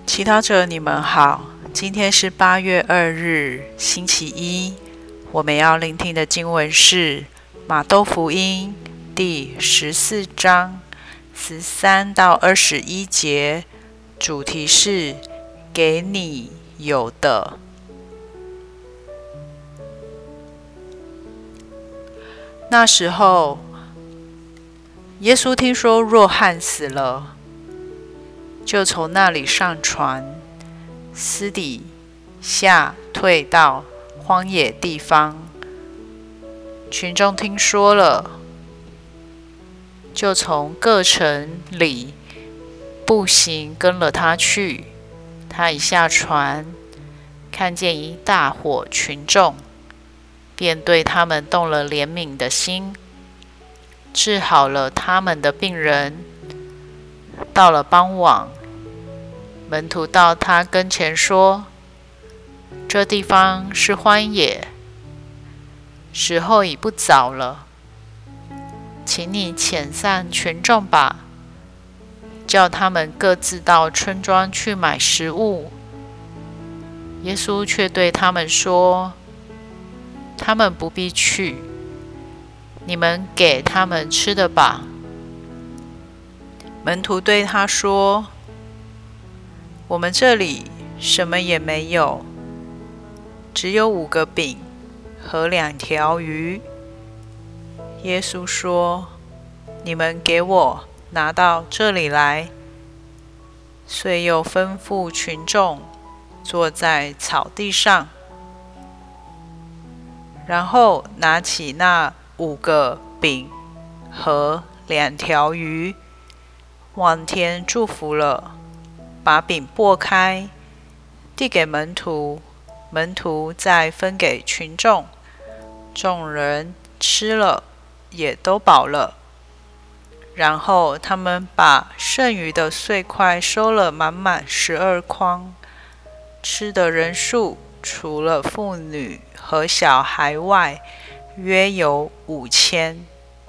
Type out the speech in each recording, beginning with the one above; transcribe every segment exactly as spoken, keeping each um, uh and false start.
祈祷者，你们好，今天是八月二日，星期一。我们要聆听的经文是马窦福音第十四章十三到二十一节，主题是给你有的。那时候，耶稣听说若翰死了，就从那里上船，私底下退到荒野地方。群众听说了，就从各城里步行跟了他去。他一下船，看见一大伙群众，便对他们动了怜悯的心，治好了他们的病人。到了傍晚，门徒到他跟前说：“这地方是荒野，时候已不早了，请你遣散群众吧，叫他们各自到村庄去买食物。”耶稣却对他们说：“他们不必去，你们给他们吃的吧。”门徒对他说：“我们这里什么也没有，只有五个饼和两条鱼。”耶稣说：“你们给我拿到这里来。”遂又吩咐群众坐在草地上，然后拿起那五个饼和两条鱼，望天祝福了，把饼擘开，递给门徒，门徒再分给群众。众人吃了，也都饱了。然后他们把剩余的碎块收了满满十二筐。吃的人数除了妇女和小孩外，约有五千。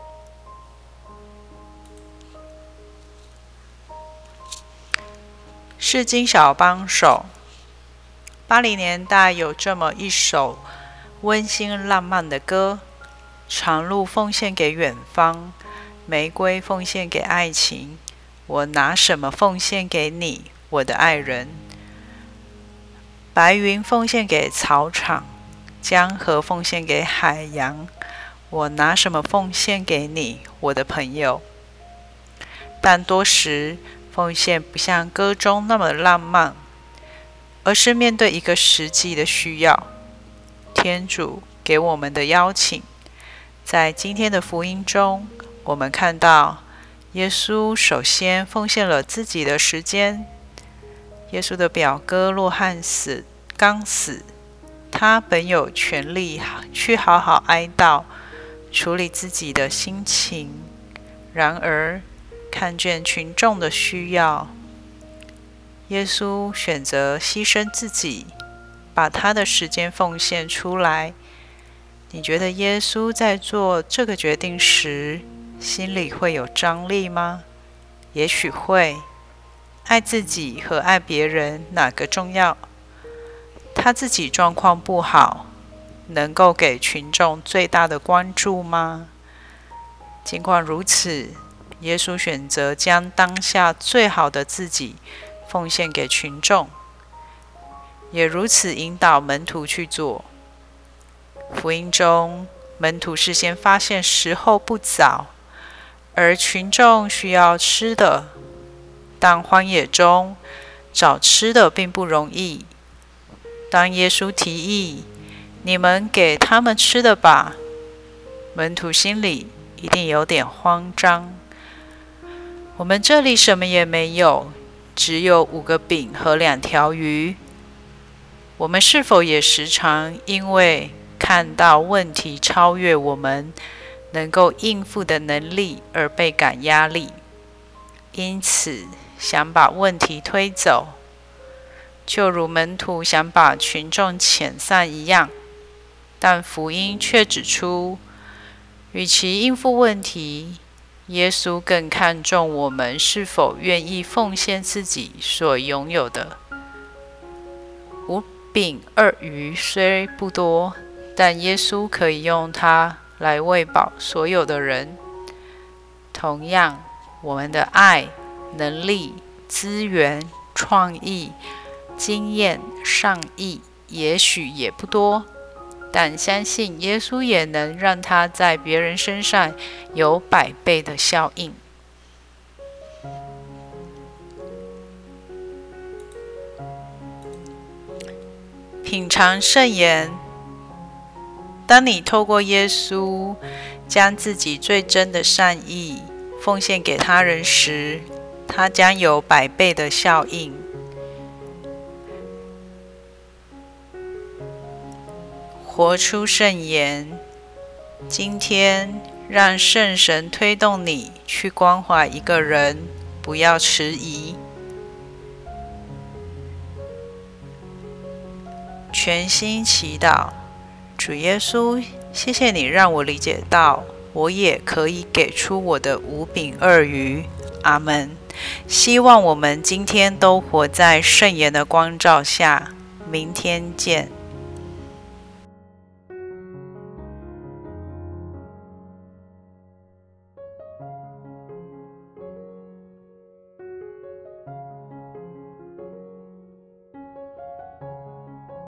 释经小帮手。八零年代有这么一首温馨浪漫的歌：长路奉献给远方，玫瑰奉献给爱情，我拿什么奉献给你，我的爱人？白云奉献给草场，江河奉献给海洋，我拿什么奉献给你，我的朋友？但多时奉献不像歌中那么浪漫，而是面对一个实际的需要。天主给我们的邀请，在今天的福音中，我们看到耶稣首先奉献了自己的时间。耶稣的表哥若翰死刚死，他本有权利去好好哀悼，处理自己的心情。然而，看见群众的需要，耶稣选择牺牲自己，把他的时间奉献出来。你觉得耶稣在做这个决定时，心里会有张力吗？也许会。爱自己和爱别人，哪个重要？他自己状况不好，能够给群众最大的关注吗？尽管如此，耶稣选择将当下最好的自己奉献给群众，也如此引导门徒去做。福音中，门徒事先发现时候不早，而群众需要吃的，但荒野中找吃的并不容易。当耶稣提议你们给他们吃的吧，门徒心里一定有点慌张。我们这里什么也没有，只有五个饼和两条鱼。我们是否也时常因为看到问题超越我们能够应付的能力而倍感压力，因此想把问题推走，就如门徒想把群众遣散一样？但福音却指出，与其应付问题，耶稣更看重我们是否愿意奉献自己所拥有的。 饼二鱼虽不多，但耶稣可以用它来喂饱所有的人。同样，我们的爱、能力、资源、创意、经验、善意，也许也不多，但相信耶稣也能让它在别人身上有百倍的效应。品尝圣言。当你透过耶稣将自己最真的善意奉献给他人时，它将有百倍的效应。活出圣言。今天让圣神推动你去关怀一个人，不要迟疑。全心祈祷。主耶稣，谢谢你让我理解到，我也可以给出我的五饼二鱼。阿们。希望我们今天都活在圣言的光照下。明天见。